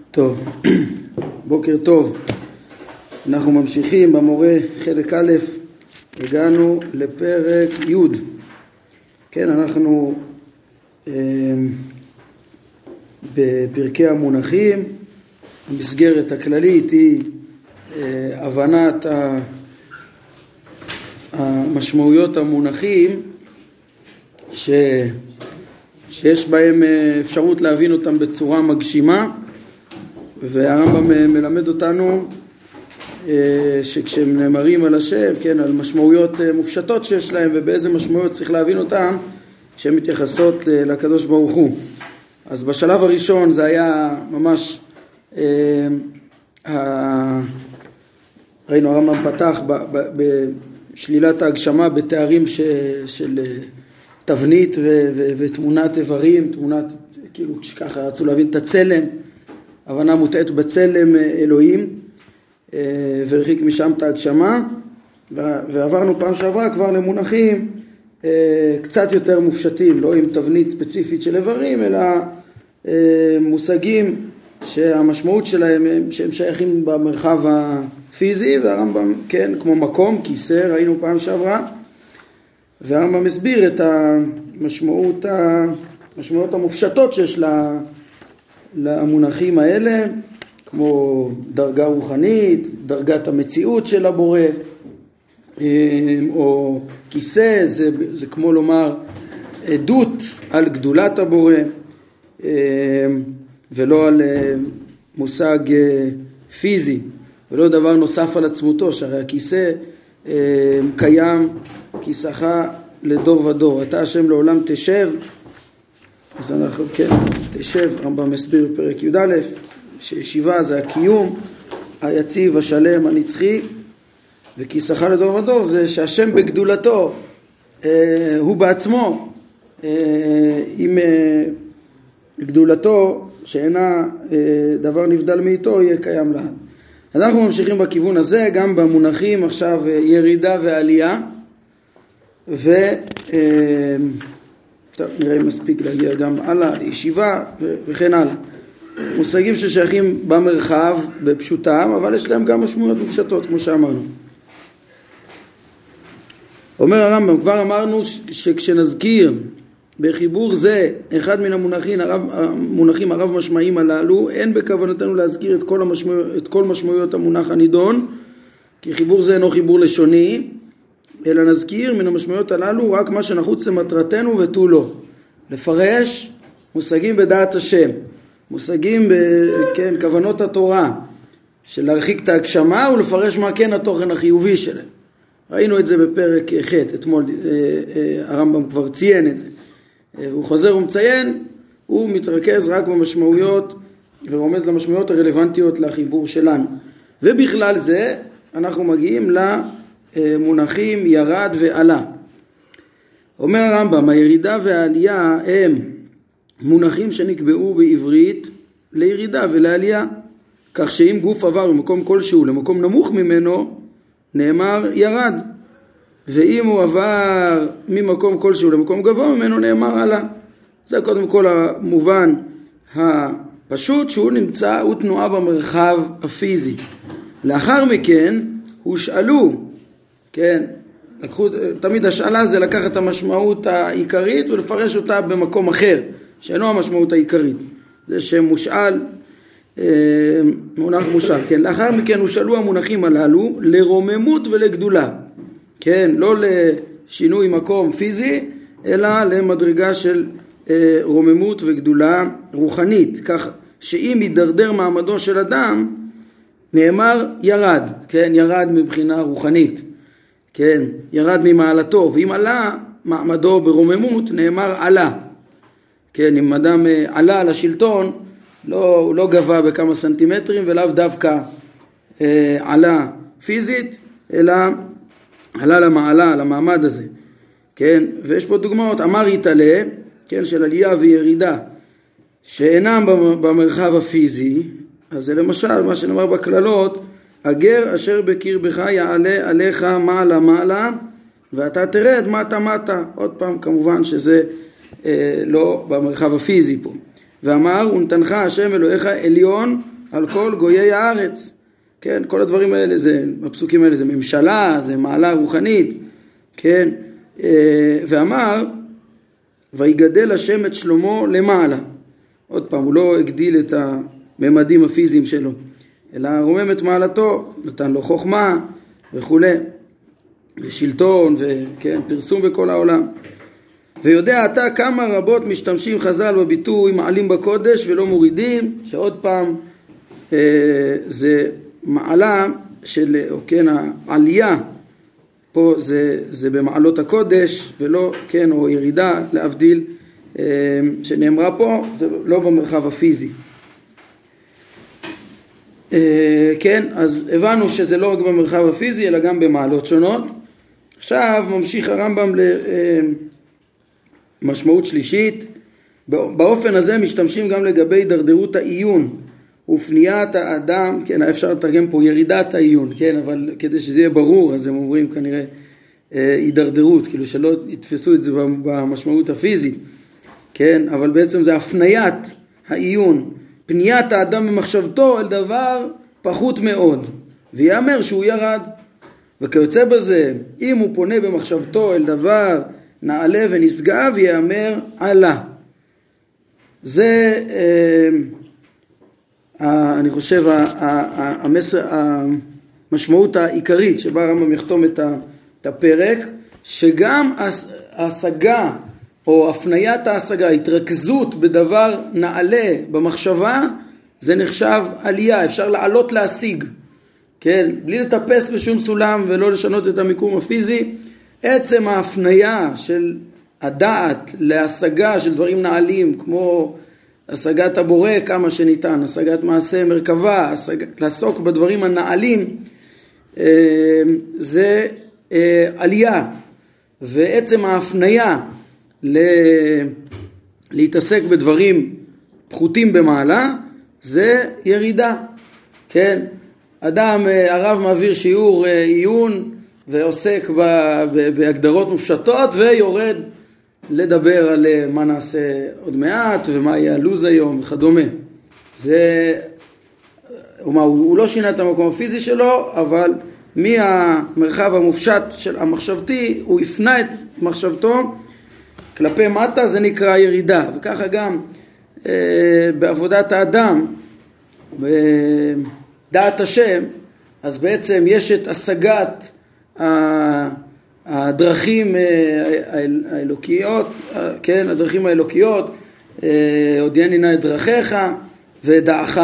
טוב, בוקר טוב. אנחנו ממשיכים במורה חלק א', הגענו לפרק י'. כן, אנחנו בפרקי המונחים. המסגרת הכללית היא הבנת המשמעויות המונחים שיש בהם אפשרות להבין אותם בצורה מגשימה, והרמב"ם מלמד אותנו שכשהם נאמרים על השם, כן, על משמעויות מופשטות שיש להם ובאיזה משמעויות צריך להבין אותם כשהן מתייחסות לקדוש ברוך הוא. אז בשלב הראשון זה היה ממש ראינו הרמב"ם פתח בשלילת ההגשמה בתארים של תבנית ותמונת איברים, תמונת, כאילו ככה רצו להבין את הצלם, הבנה מוטעת בצלם אלוהים, והרחיק משם את ההגשמה, ועברנו פעם שעברה כבר למונחים קצת יותר מופשטים, לא עם תבנית ספציפית של איברים, אלא מושגים שהמשמעות שלהם שהם שייכים במרחב הפיזי, והרמב"ם, כן, כמו מקום, כיסא, ראינו פעם שעברה, והרמב"ם מסביר את המשמעות המופשטות שיש למונחים האלה, כמו דרגה רוחנית, דרגת המציאות של הבורא, או כיסא, זה כמו לומר עדות על גדולת הבורא, ולא על מושג פיזי, ולא דבר נוסף על עצמותו, שהרי הכיסא קיים כיסאך לדור ודור. אתה השם לעולם תשב, אז אנחנו, כן, תשב, רמב"ם מסביר בפרק י"א, שישיבה זה הקיום, היציב, השלם, הנצחי, וכיסאך לדור ודור זה שהשם בגדולתו, הוא בעצמו, עם גדולתו שאינה דבר נבדל מאיתו, יהיה קיים לעד. אנחנו ממשיכים בכיוון הזה, גם במונחים עכשיו ירידה ועלייה, טוב, נראה אם מספיק להגיע גם הלאה, לישיבה וכן הלאה. מושגים ששייכים במרחב בפשוטם, אבל יש להם גם משמעויות מופשטות, כמו שאמרנו. אומר הרמב"ם, כבר אמרנו שכשנזכיר בחיבור זה אחד מן המונחים הרב משמעיים הללו, אין בכוונתנו להזכיר את כל משמעויות המונח הנידון, כי חיבור זה אינו חיבור לשוני, אלא נזכיר מן המשמעויות הללו רק מה שנחוץ למטרתנו ותו לא. לפרש מושגים בדעת השם, מושגים כן, כוונות התורה, של להרחיק את ההגשמה ולפרש מה כן התוכן החיובי שלהם. ראינו את זה בפרק ח', אתמול הרמב"ם כבר ציין את זה. הוא חוזר ומציין, הוא מתרכז רק במשמעויות ורומז למשמעויות הרלוונטיות לחיבור שלנו. ובכלל זה אנחנו מגיעים למונחים ירד ועלה. אומר הרמב"ם, הירידה והעלייה הם מונחים שנקבעו בעברית לירידה ולעלייה, כך שאם גוף עבר ממקום כלשהו למקום נמוך ממנו, נאמר ירד, ואם הוא עבר ממקום כלשהו למקום גבוה ממנו, נאמר עלה. זה קודם כל המובן הפשוט, שהוא נמצא, הוא תנועה במרחב הפיזי. לאחר מכן הושאלו, כן, תמיד השאלה זה לקחת את המשמעות העיקרית ולפרש אותה במקום אחר, שאינו המשמעות העיקרית. זה שמושאל, מונח מושאל, כן. לאחר מכן הושאלו המונחים הללו לרוממות ולגדולה, כן, לא לשינוי מקום פיזי, אלא למדרגה של רוממות וגדולה רוחנית, כך שאם יידרדר מעמדו של אדם, נאמר ירד, כן, ירד מבחינה רוחנית, כן, ירד ממעלתו, ואם עלה מעמדו ברוממות, נאמר עלה, כן, אם אדם עלה על השלטון, הוא לא גבה בכמה סנטימטרים, ולאו דווקא עלה פיזית, אלא עלה למעלה, למעמד הזה, כן, ויש פה דוגמאות, אמר יתעלה, כן, של עלייה וירידה, שאינם במרחב הפיזי, אז זה למשל מה שנאמר בכללות, הגר אשר בקרבך יעלה עליך מעלה מעלה, ואתה תרד מטה מטה. עוד פעם, כמובן שזה לא במרחב הפיזי פה. ואמר, ונתנך השם אלוהיך עליון על כל גויי הארץ. כן, כל הדברים האלה, הפסוקים האלה זה ממשלה, זה מעלה רוחנית, כן, ואמר, ויגדל השם את שלמה למעלה. עוד פעם, הוא לא הגדיל את הממדים הפיזיים שלו, אלא רומם את מעלתו, נתן לו חוכמה וכו', ושלטון וכן, פרסום בכל העולם. ויודע אתה כמה רבות משתמשים חז"ל בביטוי מעלים בקודש ולא מורידים, שעוד פעם זה מעלה של, או כן, העלייה פה זה במעלות הקודש ולא, כן, או ירידה להבדיל שנאמרה פה, זה לא במרחב הפיזי. כן, אז הבנו שזה לא רק במרחב הפיזי אלא גם במעלות שונות. עכשיו ממשיך הרמב"ם למשמעות שלישית. באופן הזה משתמשים גם לגבי דרדרות העיון ופניית האדם, כן, אפשר לתרגם פה ירידת העיון, כן, אבל כדי שזה יהיה ברור אז הם אומרים כנראה הידרדרות, כאילו שלא יתפסו את זה במשמעות הפיזית, כן, אבל בעצם זה הפניית העיון, פניית האדם במחשבתו אל דבר פחות מאוד, ויאמר שהוא ירד. וכיוצא בזה, אם הוא פונה במחשבתו אל דבר נעלה ונשגב, יאמר עלה. זה אני חושב המשמעות העיקרית שבה הרמב"ם יחתום את הפרק, שגם ההשגה או הפניית ההשגה, התרכזות בדבר נעלה במחשבה, זה נחשב עלייה, אפשר לעלות להשיג, כן, בלי לטפס בשום סולם ולא לשנות את המיקום הפיזי. עצם ההפניה של הדעת להשגה של דברים נעלים, כמו השגת הבורא כמה שניתן, השגת מעשה מרכבה, לעסוק בדברים הנעלים, זה עלייה. ועצם ההפניה להתעסק בדברים פחותים במעלה, זה ירידה. כן, אדם, הרב מעביר שיעור עיון ועוסק בהגדרות מופשטות ויורד לדבר על מה נעשה עוד מעט ומה יהיה הלוז היום וכדומה. זה, הוא לא שינה את המקום הפיזי שלו, אבל מהמרחב המופשט של המחשבתי הוא הפנה את מחשבתו כלפי מטה, זה נקרא ירידה. וככה גם בעבודת האדם, בדעת השם, אז בעצם יש את השגת הדרכים האלוקיות, כן, הדרכים האלוקיות, הודיעני נא את דרכיך ודעך,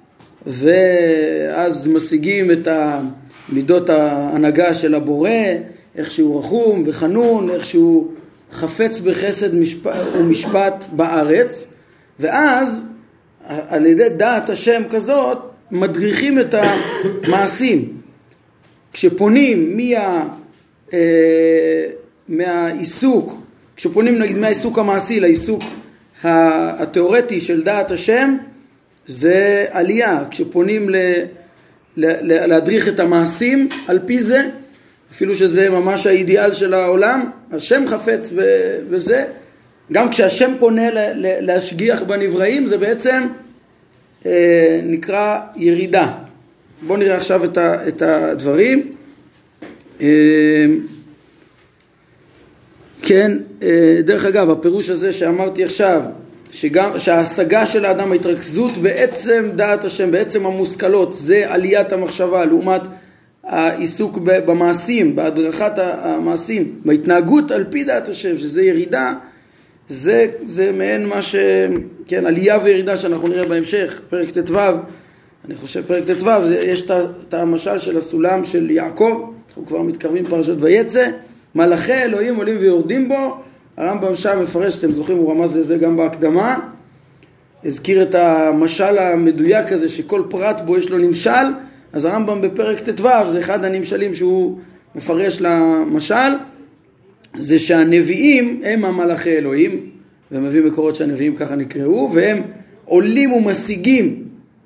ואז משיגים את מידות ההנהגה של הבורא, איך שהוא רחום וחנון, איך שהוא חפץ בחסד ומשפט בארץ, ואז על ידי דעת השם כזאת מדריכים את המעשים. כשפונים מהעיסוק, כשפונים נגיד מהעיסוק המעשי לעיסוק התיאורטי של דעת השם, זה עלייה. כשפונים להדריך את המעשים על פי זה, אפילו שזה ממש האידיאל של העולם, השם חפץ וזה, גם כשהשם פונה להשגיח בנבראים, זה בעצם נקרא ירידה. בואו נראה עכשיו את הדברים. כן, דרך אגב, הפירוש הזה שאמרתי עכשיו, שההשגה של האדם, ההתרכזות בעצם דעת השם, בעצם המושכלות, זה עליית המחשבה, לעומת העיסוק במעשים, בהדרכת המעשים, בהתנהגות על פי דעת השם, שזה ירידה, זה מעין מה כן, עלייה וירידה שאנחנו נראה בהמשך, פרק ט"ו. אני חושב פרק ט"ו, יש את המשל של הסולם של יעקב, אנחנו כבר מתקרבים פרשת ויצא, מלאכי אלוהים עולים ויורדים בו. הרמב"ם שם מפרש, אתם זוכרים, הוא רמז לזה גם בהקדמה, הזכיר את המשל המדויק הזה שכל פרט בו יש לו נמשל. אז הרמב"ם בפרק ט"ו, זה אחד הנמשלים שהוא מפרש למשל, זה שהנביאים הם המלאכי אלוהים, ומביא מקורות שהנביאים ככה נקראו, והם עולים ומשיגים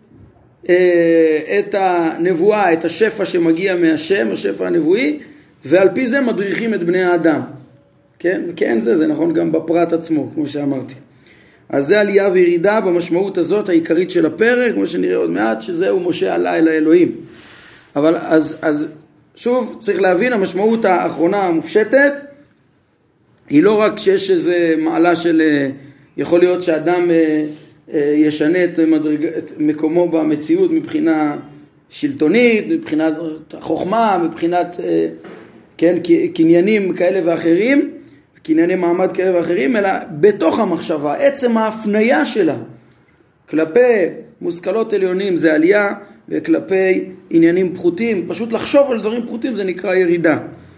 את הנבואה, את השפע שמגיע מהשם, השפע הנבואי, ועל פי זה מדריכים את בני האדם. כן? וכן זה נכון גם בפרט עצמו, כמו שאמרתי. אז זה עלייה וירידה במשמעות הזאת העיקרית של הפרק, כמו שנראה עוד מעט, שזהו משה עלה אל האלוהים. אבל אז שוב צריך להבין, המשמעות האחרונה המופשטת היא לא רק שיש איזה מעלה של, יכול להיות שאדם ישנה את מקומו במציאות מבחינה שלטונית, מבחינת חוכמה, מבחינת כן, קניינים כאלה ואחרים, קנייני מעמד כאלה ואחרים, אלא בתוך המחשבה, עצם ההפניה שלה כלפי מושכלות עליונים זה עלייה, וכלפי עניינים פחותים, פשוט לחשוב על דברים פחותים זה נקרא ירידה.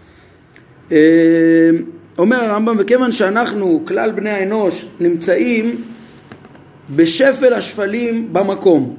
אומר הרמב"ם, וכיוון שאנחנו, כלל בני האנוש, נמצאים בשפל השפלים במקום,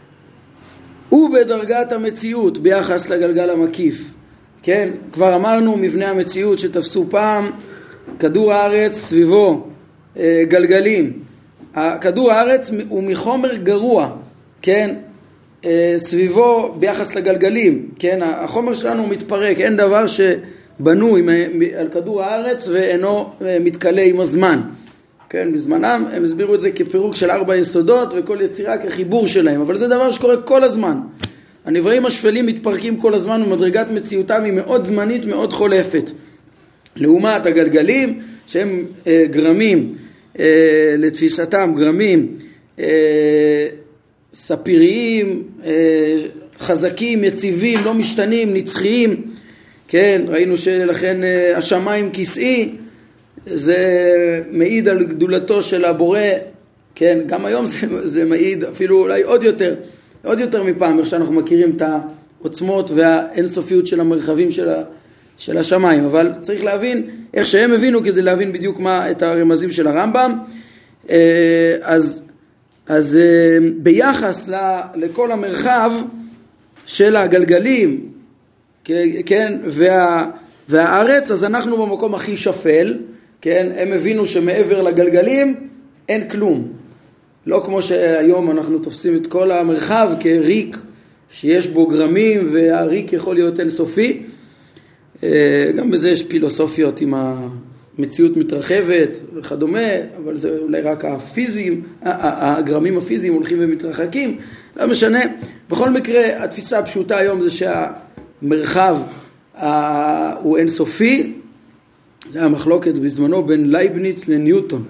ובדרגת המציאות ביחס לגלגל המקיף. כן, כבר אמרנו מבנה המציאות שתפסו פעם, כדור הארץ סביבו גלגלים. כדור הארץ הוא מחומר גרוע, כן, סביבו ביחס לגלגלים, כן, החומר שלנו מתפרק, אין דבר שבנוי על כדור הארץ ואינו מתקלה עם הזמן. כן, בזמנם הם הסבירו את זה כפירוק של 4 יסודות וכל יצירה כחיבור שלהם, אבל זה דבר שקורה כל הזמן. הנבראים השפלים מתפרקים כל הזמן ומדרגת מציאותם היא מאוד זמנית, מאוד חולפת. לעומת הגלגלים שהם גרמים, לתפיסתם גרמים ספיריים, חזקים, יציבים, לא משתנים, נצחיים. כן, ראינו שלכן השמיים כיסאי, זה מעיד על גדולתו של הבורא. כן, גם היום זה מעיד אפילו אולי עוד יותר מפעם, איך שאנחנו מכירים את העוצמות והאינסופיות של המרחבים של השמיים. אבל צריך להבין איך שהם הבינו כדי להבין בדיוק את הרמזים של הרמב"ם. אז ביחס לכל המרחב של הגלגלים, כן, והארץ, אז אנחנו במקום הכי שפל, כן, הם הבינו שמעבר לגלגלים אין כלום. לא כמו שהיום אנחנו תופסים את כל המרחב כריק שיש בו גרמים והריק יכול להיות אינסופי. גם בזה יש פילוסופיות עם המציאות מתרחבת וכדומה, אבל זה אולי רק הפיזיים, הגרמים הפיזיים הולכים ומתרחקים, לא משנה. בכל מקרה, התפיסה הפשוטה היום זה שהמרחב הוא אינסופי. זה המחלוקת בזמנו בין לייבניץ לניוטון.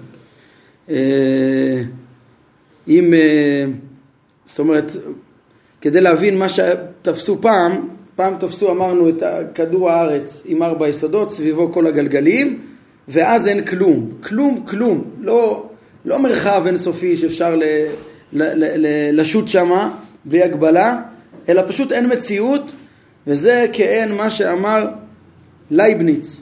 זאת אומרת, כדי להבין מה שתפסו פעם תפסו, אמרנו, את כדור הארץ עם 4 יסודות, סביבו כל הגלגלים, ואז אין כלום, לא מרחב אינסופי שאפשר לשוט שמה בלי הגבלה, אלא פשוט אין מציאות, וזה כאין מה שאמר לייבניץ.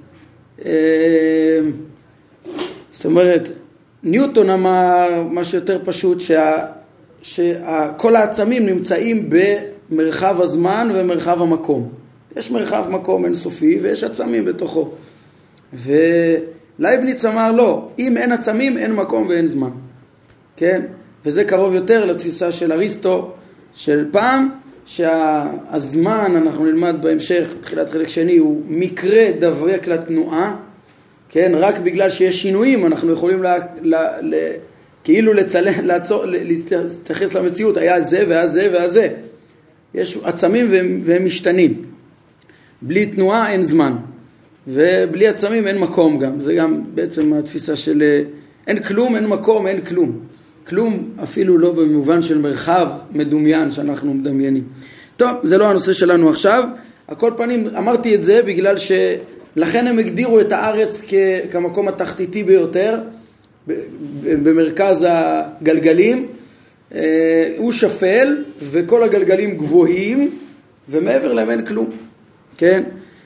זאת אומרת, ניוטון אמר משהו יותר פשוט, שכל העצמים נמצאים במרחב הזמן ומרחב המקום. יש מרחב מקום אינסופי ויש עצמים בתוכו. ולייבניץ אמר לא, אם אין עצמים אין מקום ואין זמן. כן? וזה קרוב יותר לתפיסה של אריסטו של פעם, שהזמן, אנחנו נלמד בהמשך, תחילת חלק שני, הוא מקרה דבק לתנועה. כן? רק בגלל שיש שינויים אנחנו יכולים כאילו להתייחס למציאות, היה זה והזה והזה. יש עצמים והם משתנים. בלי תנועה אין זמן, ובלי עצמים אין מקום גם. זה גם בעצם התפיסה של אין כלום, אין מקום, אין כלום. כלום אפילו לא במובן של מרחב מדומיין שאנחנו מדמיינים. טוב, זה לא הנושא שלנו עכשיו. הכל פנים, אמרתי את זה בגלל לכן הם הגדירו את הארץ כמקום התחתיתי ביותר, במרכז הגלגלים. הוא שפל וכל הגלגלים גבוהים ומעבר להם אין כלום. כן?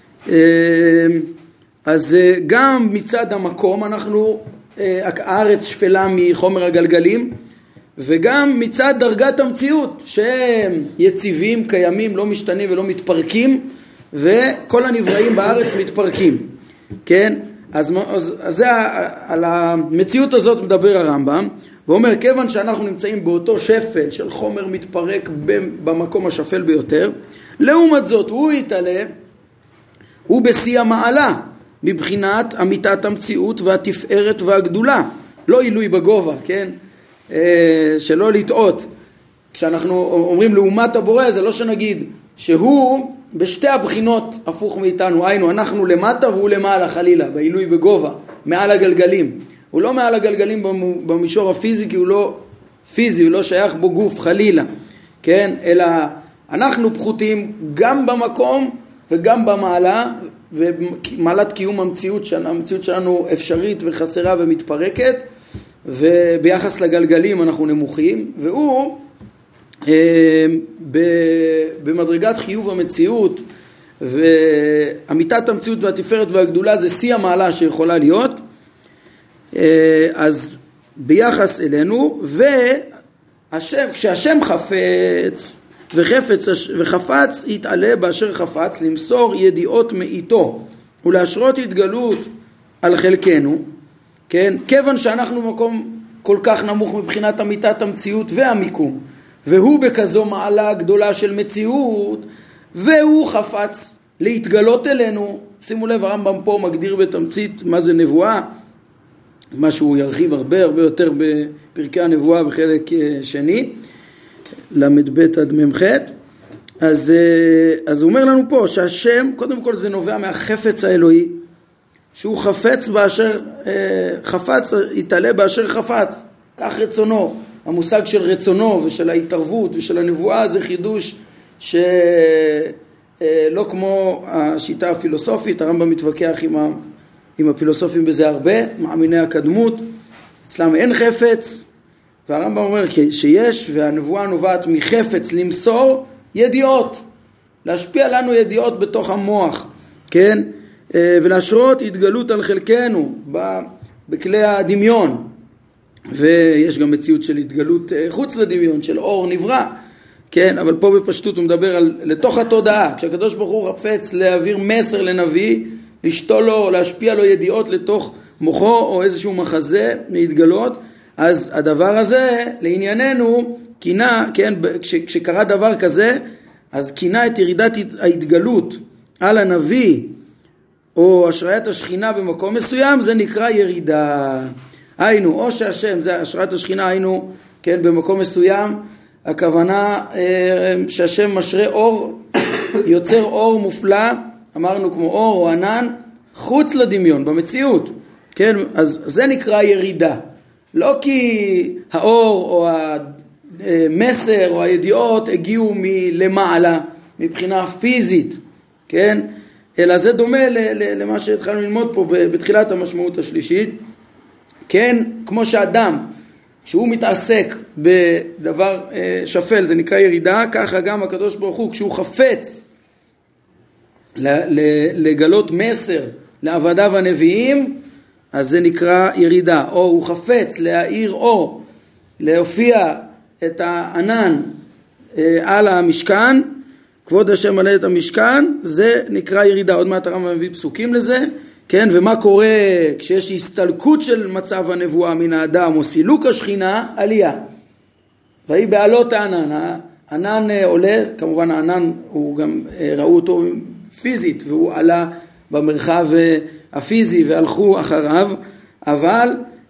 אז גם מצד המקום הארץ שפלה מחומר הגלגלים, וגם מצד דרגת המציאות שהם יציבים, קיימים, לא משתנים ולא מתפרקים, וכל הנבראים בארץ מתפרקים. כן? אז זה, על המציאות הזאת מדבר הרמב"ם, ואומר, כיוון שאנחנו נמצאים באותו שפל של חומר מתפרק במקום השפל ביותר, לעומת זאת הוא יתעלה, הוא בשיא המעלה, מבחינת אמיתת המציאות והתפארת והגדולה, לא עילוי בגובה, כן? שלא לטעות. כשאנחנו אומרים לעומת הבורא, זה לא שנגיד שהוא בשתי הבחינות הפוך מאיתנו, היינו, אנחנו למטה והוא למעלה חלילה, בעילוי בגובה, מעל הגלגלים. הוא לא מעל הגלגלים במישור הפיזי, כי הוא לא פיזי, הוא לא שייך בו גוף חלילה, כן? אלא אנחנו פחותים גם במקום וגם במעלה, ומעלת קיום המציאות שלנו אפשרית וחסרה ומתפרקת, וביחס לגלגלים אנחנו נמוכים, והוא במדרגת חיוב המציאות, ואמיתת המציאות והתפארת והגדולה זה שיא המעלה שיכולה להיות, אז ביחס אלינו, כשהשם חפץ וחפץ יתעלה באשר חפץ למסור ידיעות מאיתו ולהשרות התגלות על חלקנו, כן? כיוון שאנחנו במקום כל כך נמוך מבחינת אמיתת המציאות והמיקום, והוא בכזו מעלה גדולה של מציאות, והוא חפץ להתגלות אלינו. שימו לב, הרמב"ם פה מגדיר בתמצית מה זה נבואה, מה שהוא ירחיב הרבה יותר בפרקי הנבואה בחלק שני, למד עד ממח. אז הוא אומר לנו פה שהשם, קודם כל זה נובע מהחפץ האלוהי, שהוא חפץ באשר חפץ, יתעלה באשר חפץ, כך רצונו. המושג של רצונו ושל ההתערבות ושל הנבואה זה חידוש שלא כמו השיטה הפילוסופית. הרמב"ם מתווכח עם הפילוסופים בזה הרבה, מאמיני הקדמות, אצלם אין חפץ, והרמב"ם אומר שיש, והנבואה נובעת מחפץ למסור ידיעות, להשפיע לנו ידיעות בתוך המוח, כן? ולהשרות התגלות על חלקנו בכלי הדמיון, ויש גם מציאות של התגלות חוץ לדמיון, של אור נברא, כן? אבל פה בפשטות הוא מדבר על לתוך התודעה, כשהקדוש ברוך הוא חפץ להעביר מסר לנביא, לשתול לו, להשפיע לו ידיעות לתוך מוחו או איזשהו מחזה להתגלות, אז הדבר הזה לענייננו קינה, כן? כשקרה דבר כזה, אז קינה את ירידת ההתגלות על הנביא או השראת השכינה במקום מסוים, זה נקרא ירידה. היינו, או שהשם, זה השראת השכינה, היינו, כן, במקום מסוים, הכוונה שהשם משרה אור, יוצר אור מופלא, אמרנו כמו אור או ענן, חוץ לדמיון, במציאות, כן, אז זה נקרא ירידה. לא כי האור או המסר או הידיעות הגיעו מלמעלה, מבחינה פיזית, כן, אלא זה דומה למה שהתחלנו ללמוד פה בתחילת המשמעות השלישית, כן, כמו שאדם, כשהוא מתעסק בדבר שפל, זה נקרא ירידה, ככה גם הקדוש ברוך הוא, כשהוא חפץ לגלות מסר לעבדיו הנביאים, אז זה נקרא ירידה. או הוא חפץ להאיר אור, להופיע את הענן על המשכן, כבוד השם מלא את המשכן, זה נקרא ירידה. עוד מעט הרמב"ם מביא פסוקים לזה, כן? ומה קורה כשיש הסתלקות של מצב הנבואה מן האדם או סילוק השכינה? עלייה. והיא בעלות הענן. הענן עולה, כמובן הענן הוא גם ראו אותו פיזית, והוא עלה במרחב הפיזי והלכו אחריו, אבל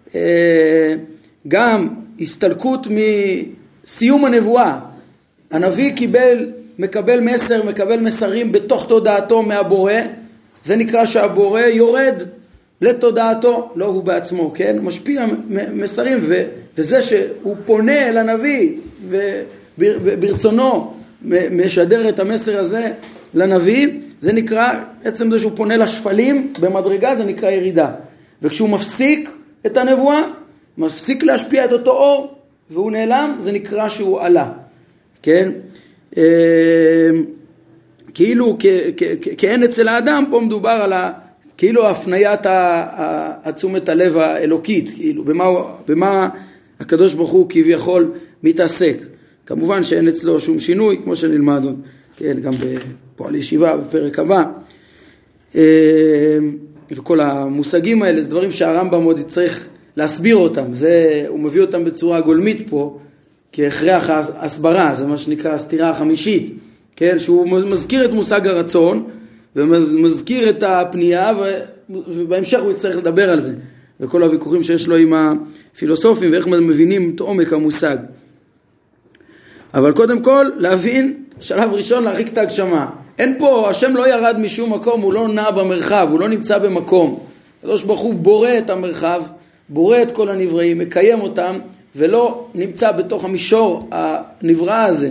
גם הסתלקות מסיום הנבואה. הנביא מקבל מסר, מקבל מסרים בתוך תודעתו מהבורא, זה נקרא שהבורא יורד לתודעתו, לא הוא בעצמו, כן? משפיע מסרים, וזה שהוא פונה אל הנביא וברצונו משדר את המסר הזה לנביא, זה נקרא, עצם זה שהוא פונה לשפלים במדרגה, זה נקרא ירידה. וכשהוא מפסיק את הנבואה, מפסיק להשפיע את אותו אור, והוא נעלם, זה נקרא שהוא עלה. כן? כאילו כאין אצל האדם, פה מדובר על כאילו הפניית תשומת הלב האלוקית, כאילו במה הקדוש ברוך הוא כביכול מתעסק. כמובן שאין אצלו שום שינוי, כמו שנלמד עוד, כן, גם בפועל ישיבה בפרק הבא. וכל המושגים האלה, זה דברים שהרמב"ם עוד יצטרך להסביר אותם. הוא מביא אותם בצורה גולמית פה, כהכרח הסברה, זה מה שנקרא הסתירה החמישית. כן, שהוא מזכיר את מושג הרצון, ומזכיר את הפנייה, ובהמשך הוא יצטרך לדבר על זה. וכל הוויכוחים שיש לו עם הפילוסופים ואיך מבינים את עומק המושג. אבל קודם כל להבין, שלב ראשון להרחיק את ההגשמה. אין פה, השם לא ירד משום מקום, הוא לא נע במרחב, הוא לא נמצא במקום. הקדוש ברוך הוא בורא את המרחב, בורא את כל הנבראים, מקיים אותם, ולא נמצא בתוך המישור הנברא הזה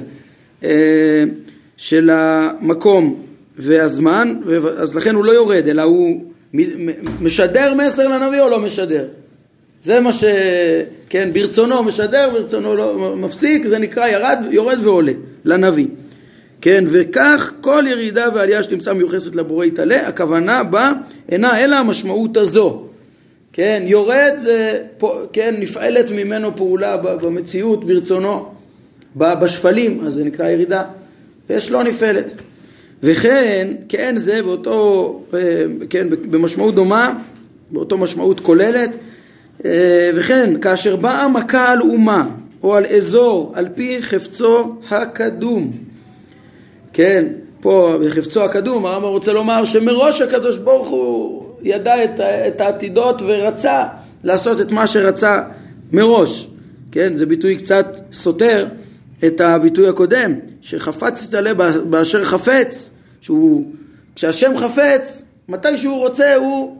של המקום והזמן, אז לכן הוא לא יורד, אלא הוא משדר מסר לנביא או לא משדר. זה מה כן, ברצונו משדר, ברצונו לא מפסיק, זה נקרא יורד ועולה לנביא. כן, וכך כל ירידה ועלייה שנמצא מיוחסת לבורא יתעלה, הכוונה בה אינה אלא המשמעות הזו. כן, יורד זה, כן, נפעלת ממנו פעולה במציאות ברצונו, בשפלים, אז זה נקרא ירידה, ויש לו נפעלת. וכן, כן זה באותו, כן, במשמעות דומה, באותו משמעות כוללת, וכן, כאשר באה מכה על אומה, או על אזור, על פי חפצו הקדום. כן, פה בחפצו הקדום, הרמב"ם רוצה לומר שמראש הקדוש ברוך הוא ידע את העתידות ורצה לעשות את מה שרצה מראש. כן, זה ביטוי קצת סותר את הביטוי הקודם, שחפץ יתעלה באשר חפץ, כשהשם חפץ, מתי שהוא רוצה הוא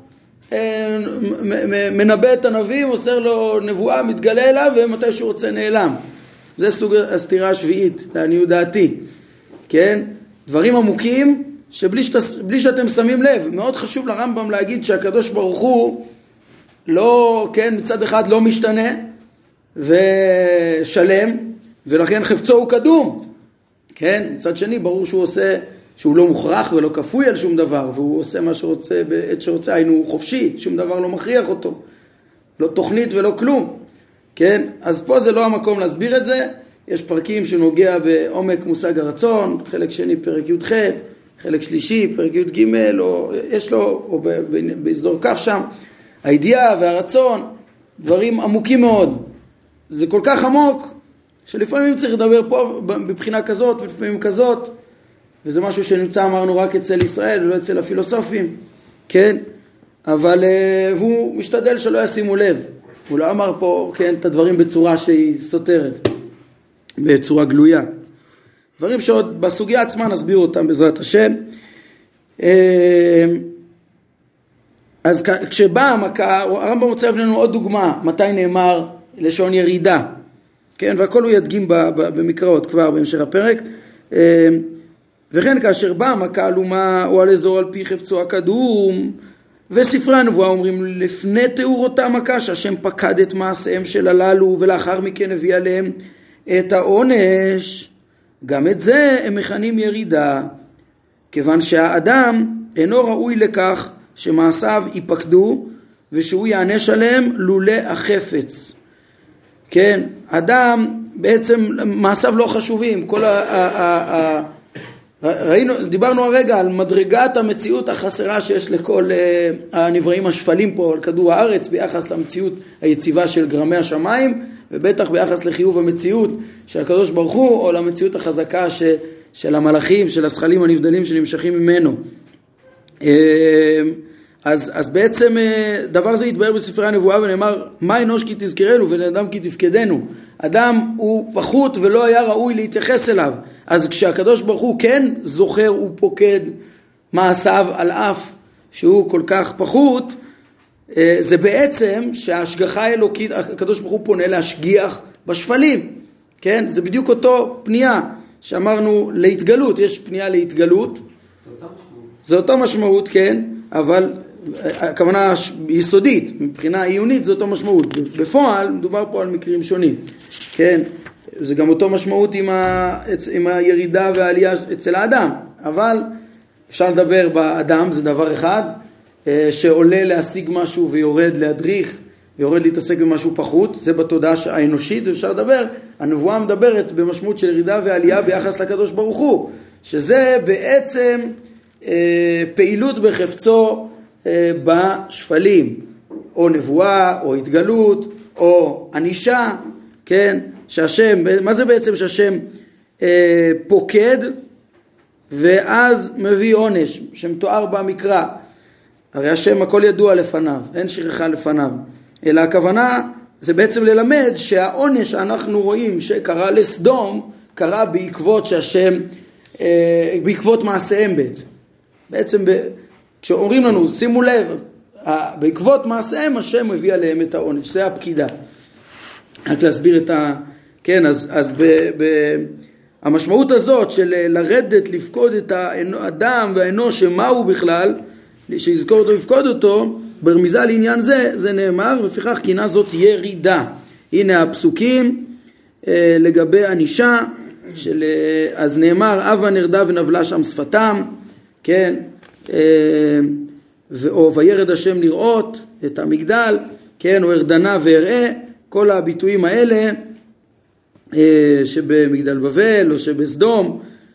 מנבא את הנביא, מוסר לו נבואה, מתגלה אליו, ומתי שהוא רוצה נעלם. זה סוג הסתירה השביעית, לעניות דעתי. כן? דברים עמוקים שבלי שאתם שמים לב. מאוד חשוב לרמב"ם להגיד שהקדוש ברוך הוא לא, כן, מצד אחד לא משתנה ושלם, ולכן חפצו הוא קדום. כן? מצד שני ברור שהוא עושה, שהוא לא מוכרח ולא כפוי על שום דבר, והוא עושה מה שרוצה בעת שרוצה, היינו חופשי, שום דבר לא מכריח אותו. לא תוכנית ולא כלום. כן? אז פה זה לא המקום להסביר את זה. יש פרקים שנוגע בעומק מושג הרצון, חלק שני פרק י"ח, חלק שלישי פרק י"ג, או יש לו, או באזור כף שם, הידיעה והרצון, דברים עמוקים מאוד. זה כל כך עמוק, שלפעמים צריך לדבר פה בבחינה כזאת ולפעמים כזאת, וזה משהו שנמצא, אמרנו, רק אצל ישראל ולא אצל הפילוסופים, כן? אבל הוא משתדל שלא ישימו לב. הוא לא אמר פה, כן, את הדברים בצורה שהיא סותרת. בצורה גלויה. דברים שעוד בסוגיה עצמה נסביר אותם בעזרת השם. אז כשבאה המכה, הרמב"ם מוצא לנו עוד דוגמה, מתי נאמר לשון ירידה. כן, והכל הוא ידגים במקראות כבר בהמשך הפרק. וכן כאשר באה המכה על אומה או על אזור על פי חפצו הקדום, וספרי הנבואה אומרים לפני תיאור אותה מכה שהשם פקד את מעשיהם של הללו ולאחר מכן הביא עליהם את העונש, גם את זה הם מכנים ירידה, כיוון שהאדם אינו ראוי לכך שמעשיו ייפקדו ושהוא יענש עליהם לולא החפץ. כן, אדם בעצם מעשיו לא חשובים, כל ראינו, דיברנו הרגע על מדרגת המציאות החסרה שיש לכל הנבראים השפלים פה על כדור הארץ ביחס למציאות היציבה של גרמי השמיים, ובטח ביחס לחיוב המציאות של הקדוש ברוך הוא, או למציאות החזקה של המלאכים, של השכלים הנבדלים שנמשכים ממנו. אז בעצם דבר זה יתבהר בספרי הנבואה ונאמר, מה אנוש כי תזכרנו ולאדם כי תפקדנו. אדם הוא פחות ולא היה ראוי להתייחס אליו. אז כשהקדוש ברוך הוא כן זוכר, הוא פוקד מעשיו על אף שהוא כל כך פחות, זה בעצם שההשגחה האלוקית, הקדוש ברוך הוא פונה להשגיח בשפלים, כן? זה בדיוק אותו פנייה שאמרנו להתגלות, יש פנייה להתגלות, זה אותו משמעות, כן? אבל הכוונה יסודית, מבחינה עיונית זה אותו משמעות, בפועל מדובר פה על מקרים שונים, כן? זה גם אותו משמעות עם הירידה והעלייה אצל האדם, אבל אפשר לדבר באדם, זה דבר אחד, שעולה להשיג משהו ויורד להדריך, ויורד להתעסק במשהו פחות, זה בתודעה האנושית, ואפשר לדבר, הנבואה מדברת במשמעות של ירידה ועלייה ביחס לקדוש ברוך הוא, שזה בעצם פעילות בחפצו בשפלים, או נבואה, או התגלות, או ענישה, כן? שהשם, מה זה בעצם שהשם פוקד, ואז מביא עונש, שמתואר במקרא, הרי השם הכל ידוע לפניו, אין שכחה לפניו. אלא הכוונה זה בעצם ללמד שהעונש שאנחנו רואים שקרה לסדום, קרה בעקבות שהשם, בעקבות מעשיהם בעצם כשאומרים לנו, שימו לב, בעקבות מעשיהם השם מביא עליהם את העונש, זה הפקידה. רק להסביר את כן, אז המשמעות הזאת של לרדת, לפקוד את האדם והאנוש, שמה הוא בכלל, שיזכור אותו, לפקוד אותו, ברמיזה לעניין זה, זה נאמר, ולפיכך קינה זאת ירידה. הנה הפסוקים לגבי ענישה, אז נאמר, אבה נרדה ונבלה שם שפתם, כן, או וירד השם לראות את המגדל, כן, או הרדנה והראה, כל הביטויים האלה, שבמגדל בבל או שבסדום,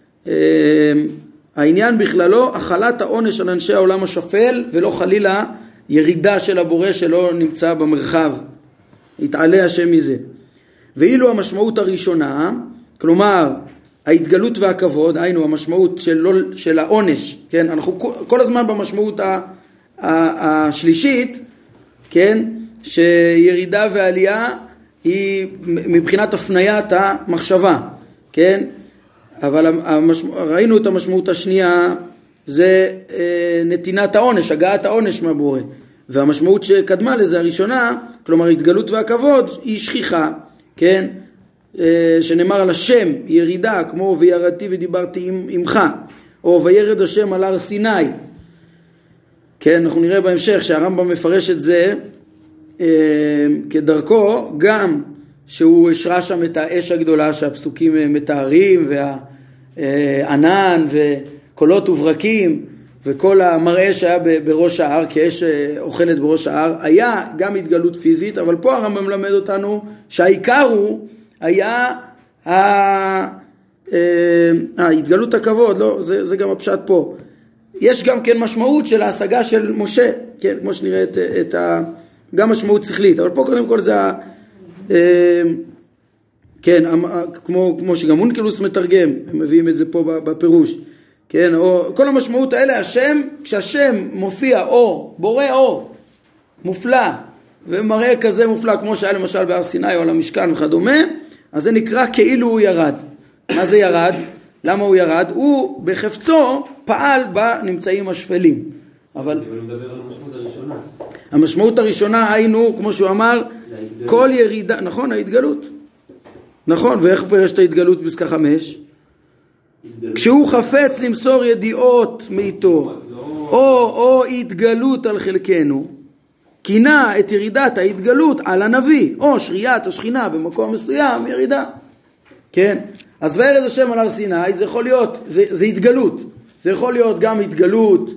העניין בכללו החלת העונש על אנשי העולם השפל, ולא חלילה ירידה של הבורא שלא נמצא במרחב, יתעלה השם מזה. ואילו המשמעות הראשונה, כלומר ההתגלות והכבוד, היינו המשמעות של העונש, כן, אנחנו כל הזמן במשמעות השלישית, כן, שירידה ועלייה היא מבחינת הפניית המחשבה, כן, אבל ראינו את המשמעות השנייה, זה נתינת העונש, הגעת העונש מהבורא, והמשמעות שקדמה לזה הראשונה, כלומר התגלות והכבוד, היא שכיחה, כן, שנאמר על השם ירידה, כמו וירדתי ודיברתי עמך, או וירד השם על הר סיני, כן, אנחנו נראה בהמשך שהרמב"ם מפרש את זה כדרכו, גם שהוא השרה שם את האש הגדולה שהפסוקים מתארים, והענן וקולות וברקים וכל המראה שהיה בראש ההר, כאש אוכלת בראש ההר, היה גם התגלות פיזית, אבל פה הרמב"ם מלמד אותנו שהעיקר הוא היה התגלות הכבוד, לא, זה גם הפשט פה. יש גם כן משמעות של ההשגה של משה, כן, כמו שנראה גם משמעות שכלית, אבל פה קודם כל זה כן, כמו שגם אונקלוס מתרגם, הם מביאים את זה פה בפירוש, כן, או כל המשמעות האלה, השם, כשהשם מופיע או בורא או מופלא, ומראה כזה מופלא כמו שהיה למשל בהר סיני או על המשכן וכדומה, אז זה נקרא כאילו הוא ירד. מה זה ירד? למה הוא ירד? הוא בחפצו פעל בנמצאים השפלים. אבל הוא מדבר על המשמעות הראשונה. המשמעות הראשונה היינו, כמו שהוא אמר, כל ירידה, נכון, ההתגלות. נכון, ואיך פרש את ההתגלות בפסקה 5? כשהוא חפץ למסור ידיעות מאיתו, או התגלות על חלקנו, קינה את ירידת ההתגלות על הנביא, או שריית השכינה במקום מסוים, ירידה. כן? אז וירד השם על הר סיני, זה יכול להיות, זה התגלות. זה יכול להיות גם התגלות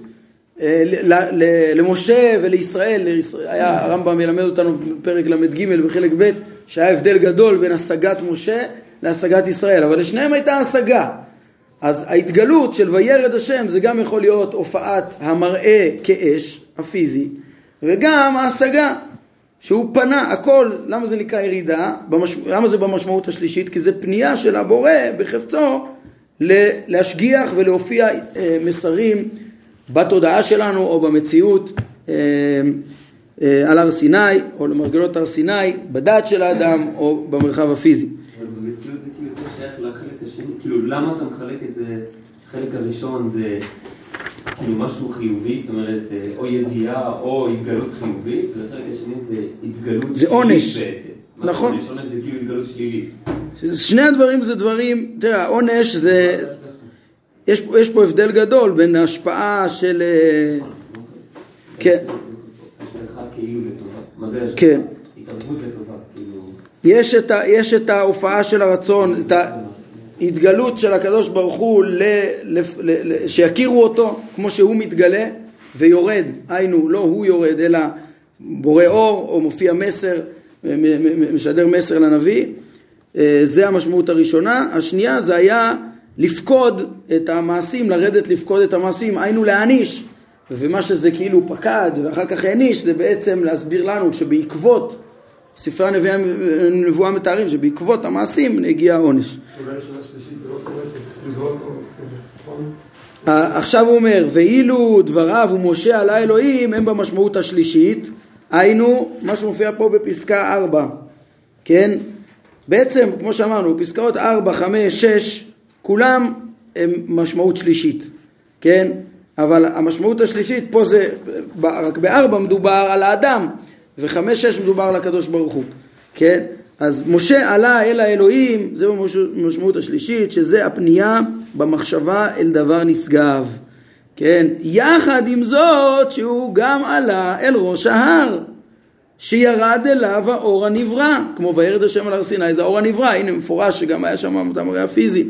למשה ולישראל. היה הרמב"ם מלמד אותנו בפרק למד ג' בחלק ב' שהיה הבדל גדול בין השגת משה להשגת ישראל, אבל לשניהם הייתה השגה. אז ההתגלות של וירד השם זה גם יכול להיות הופעת המראה כאש, הפיזי, וגם ההשגה שהוא פנה, הכל. למה זה נקרא ירידה? למה זה במשמעות השלישית? כי זה פנייה של הבורא בחפצו להשגיח ולהופיע מסרים בתודעה שלנו או במציאות על הר סיני או למרגלות הר סיני, בדעת של האדם או במרחב הפיזי. אבל במציאות זה כאילו יותר שייך לחלק השני, כאילו למה אתה מחלק את זה? החלק הראשון זה כאילו משהו חיובי, זאת אומרת או ידיעה או התגלות חיובית, והחלק השני זה התגלות זה עונש. בעצם. נכון. עונש זה כאילו התגלות שלילית. שני הדברים זה דברים, תראה, העונש זה, יש פה הבדל גדול בין ההשפעה של, כן. השגחה כאילו לטובה. מה זה השגחה? כן. התערבות לטובה, כאילו. יש את ההופעה של הרצון, את ההתגלות של הקדוש ברוך הוא, שיכירו אותו כמו שהוא מתגלה ויורד, היינו, לא הוא יורד, אלא בורא אור או מופיע מסר, משדר מסר לנביא. זה המשמעות הראשונה. השנייה זה היה לפקוד את המעשים, לרדת לפקוד את המעשים, היינו להעניש, ומה שזה כאילו פקד ואחר כך העניש, זה בעצם להסביר לנו שבעקבות ספרי הנבואה מתארים שבעקבות המעשים הגיע העונש. עכשיו הוא אומר, ואילו דבריו ומשה על האלוהים הם במשמעות השלישית, היינו, מה שמופיע פה בפסקה 4, כן? בעצם, כמו שאמרנו, פסקאות 4, 5, 6, כולם הם משמעות שלישית, כן? אבל המשמעות השלישית פה זה, רק ב4 מדובר על האדם, ו5, 6 מדובר על הקדוש ברוך הוא, כן? אז משה עלה אל האלוהים, זה המשמעות השלישית, שזה הפנייה במחשבה אל דבר נשגב, כן? יחד עם זאת שהוא גם עלה אל ראש ההר, שירד אליו האור הנברא, כמו וירד השם על הר סיני, זה האור הנברא, הנה מפורש שגם היה שם המראה הפיזי.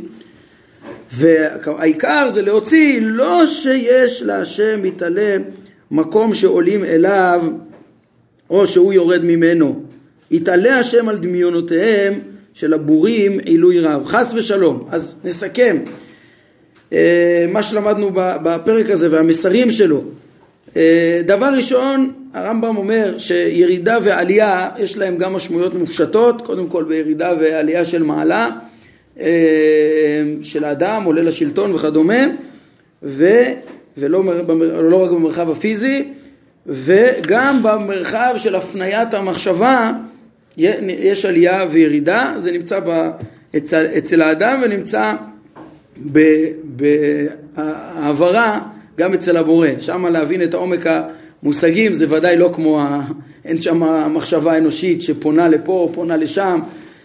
והעיקר זה להוציא, לא שיש להשם מתעלם מקום שעולים אליו, או שהוא יורד ממנו. יתעלה השם על דמיונותיהם של הבורים עילוי רב. חס ושלום. אז נסכם מה שלמדנו בפרק הזה והמסרים שלו. דבר ראשון, הרמב"ם אומר שירידה ועלייה יש להם גם משמעויות מופשטות, קודם כל בירידה ועלייה של מעלה של האדם, עולה לשלטון וכדומה, ולא רק במרחב הפיזי, וגם במרחב של הפניית המחשבה יש עלייה וירידה, זה נמצא אצל האדם ונמצא בהעברה גם אצל הבורא. שם להבין את העומק המושגים זה ודאי לא כמו, אין שם מחשבה אנושית שפונה לפה או פונה לשם,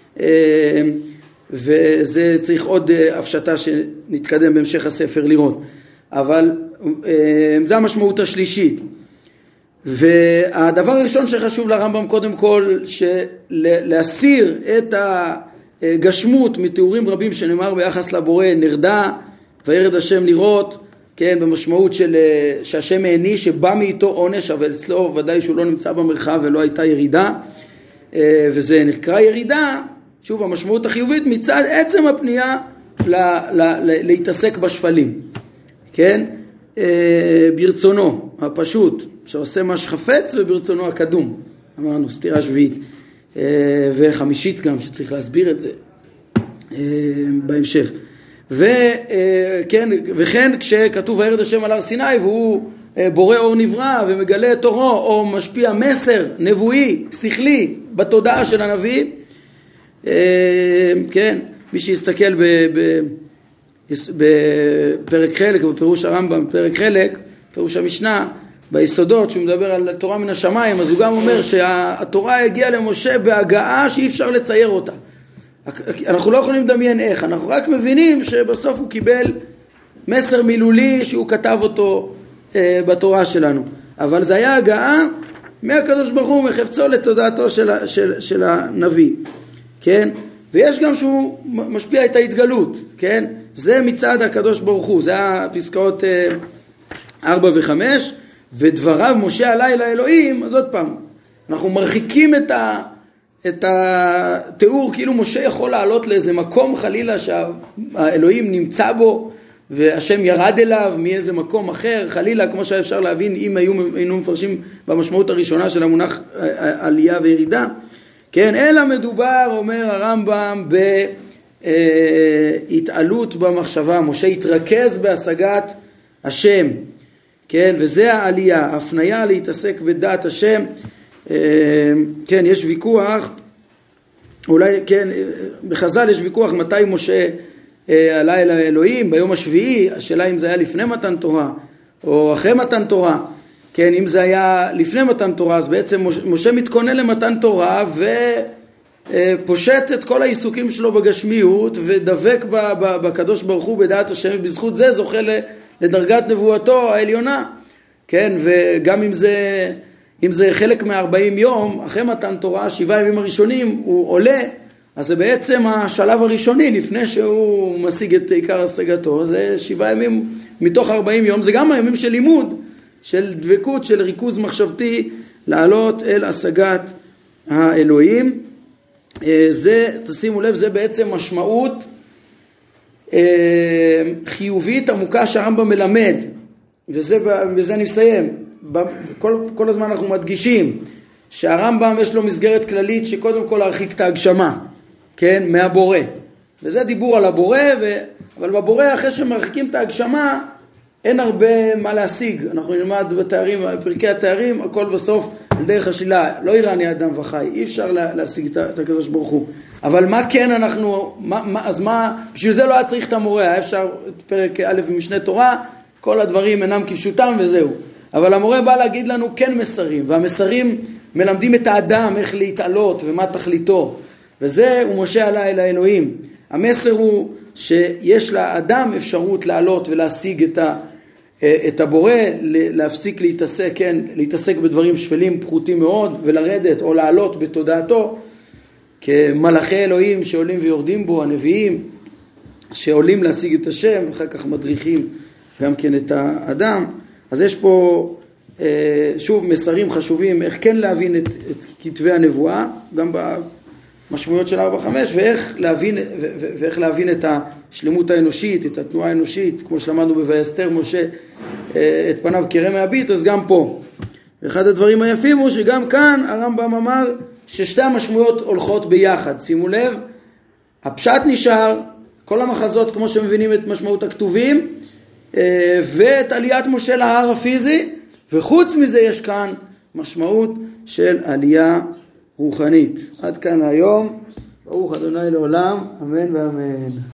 וזה צריך עוד הפשטה שנתקדם בהמשך הספר לראות. אבל זה המשמעות השלישית. והדבר הראשון שחשוב לרמב"ם קודם כל, להסיר את הגשמות מתיאורים רבים שנאמר ביחס לבורא, נרדה וירד השם לראות, כן, במשמעות של שהשם העניש שבא מאיתו עונש, אבל אצלו ודאי שהוא לא נמצא במרחב ולא הייתה ירידה, וזה נקרא ירידה, שוב המשמעות החיובית מצד עצם הפנייה להתעסק בשפלים, כן, ברצונו הפשוט שעושה מה שחפץ וברצונו הקדום, אמרנו סתירה שביעית וחמישית גם שצריך להסביר את זה בהמשך. וכן כשכתוב וירד השם על הר סיני והוא בורא אור נברא ומגלה את אורו, או משפיע מסר נבואי שכלי בתודעה של הנביא, כן, מי שיסתכל בפרק חלק, בפירוש הרמב"ם בפרק חלק, פירוש המשנה ביסודות שהוא מדבר על תורה מן השמיים, אז הוא גם אומר שהתורה הגיעה למשה בהגעה שאי אפשר לצייר אותה. אנחנו לא יכולים לדמיין איך, אנחנו רק מבינים שבסוף הוא קיבל מסר מילולי שהוא כתב אותו בתורה שלנו, אבל זה היה הגעה מהקדוש ברוך הוא מחפצו לתודעתו של הנביא, כן? ויש גם שהוא משפיע את ההתגלות, כן? זה מצד הקדוש ברוך הוא, זה הפסקאות 4 ו5, ודבריו משה עלה אל האלוהים, אז עוד פעם, אנחנו מרחיקים את התיאור, כאילו משה יכול לעלות לאיזה מקום חלילה שהאלוהים נמצא בו, והשם ירד אליו מאיזה מקום אחר, חלילה, כמו שאפשר להבין אם היינו מפרשים במשמעות הראשונה של המונח עלייה וירידה, כן, אלא מדובר, אומר הרמב"ם, בהתעלות במחשבה. משה התרכז בהשגת השם, כן, וזה העלייה, ההפניה להתעסק בדעת השם. כן, יש ויכוח, אולי, כן, בחז"ל יש ויכוח מתי משה עלה אל האלוהים, ביום השביעי, השאלה אם זה היה לפני מתן תורה או אחרי מתן תורה. כן, אם זה היה לפני מתן תורה, אז בעצם משה מתכונן למתן תורה ופושט את כל העיסוקים שלו בגשמיות ודבק בקדוש ברוך הוא בדעת השם, בזכות זה זוכה לדרגת נבואתו העליונה. כן, וגם אם זה חלק מ-40 יום, אחרי מתן תורה, 7 ימים הראשונים, הוא עולה, אז זה בעצם השלב הראשוני לפני שהוא משיג את עיקר השגתו, זה 7 ימים מתוך 40 יום, זה גם הימים של לימוד, של דבקות, של ריכוז מחשבתי, לעלות אל השגת האלוהים. זה, תשימו לב, זה בעצם משמעות חיובית עמוקה שהרמב"ם מלמד, ובזה אני מסיים. כל הזמן אנחנו מדגישים שהרמב"ם יש לו מסגרת כללית שקודם כל להרחיק את ההגשמה, כן, מהבורא, וזה דיבור על הבורא, אבל בבורא אחרי שמרחיקים את ההגשמה אין הרבה מה להשיג. אנחנו נלמד בתארים, בפרקי התארים, הכל בסוף על דרך השאלה, לא יראני אדם וחי, אי אפשר להשיג את הקדוש ברוך הוא. אבל מה כן אנחנו, אז מה, בשביל זה לא היה צריך את המורה, היה אפשר את פרק א' במשנה תורה, כל הדברים אינם כפשוטם וזהו. אבל המורה בא להגיד לנו כן מסרים, והמסרים מלמדים את האדם איך להתעלות ומה תכליתו. וזה הוא משה עלה אל האלוהים. המסר הוא שיש לאדם אפשרות לעלות ולהשיג את הבורא, להפסיק להתעסק, כן, להתעסק בדברים שפלים פחותים מאוד, ולרדת או לעלות בתודעתו, כמלאכי אלוהים שעולים ויורדים בו, הנביאים שעולים להשיג את השם, ואחר כך מדריכים גם כן את האדם. אז יש פה שוב מסרים חשובים, איך כן להבין את כתבי הנבואה, גם במשמעויות של 4-5, ואיך להבין את השלמות האנושית, את התנועה האנושית, כמו שלמדנו בויסתר משה את פניו קרא מהביט, אז גם פה. אחד הדברים היפים הוא שגם כאן הרמב"ם אמר ששתי המשמעויות הולכות ביחד. שימו לב, הפשט נשאר, כל המחזות כמו שמבינים את משמעות הכתובים, ואת עליית משה להר הפיזי, וחוץ מזה יש כאן משמעות של עלייה רוחנית. עד כאן היום, ברוך ה' לעולם, אמן ואמן.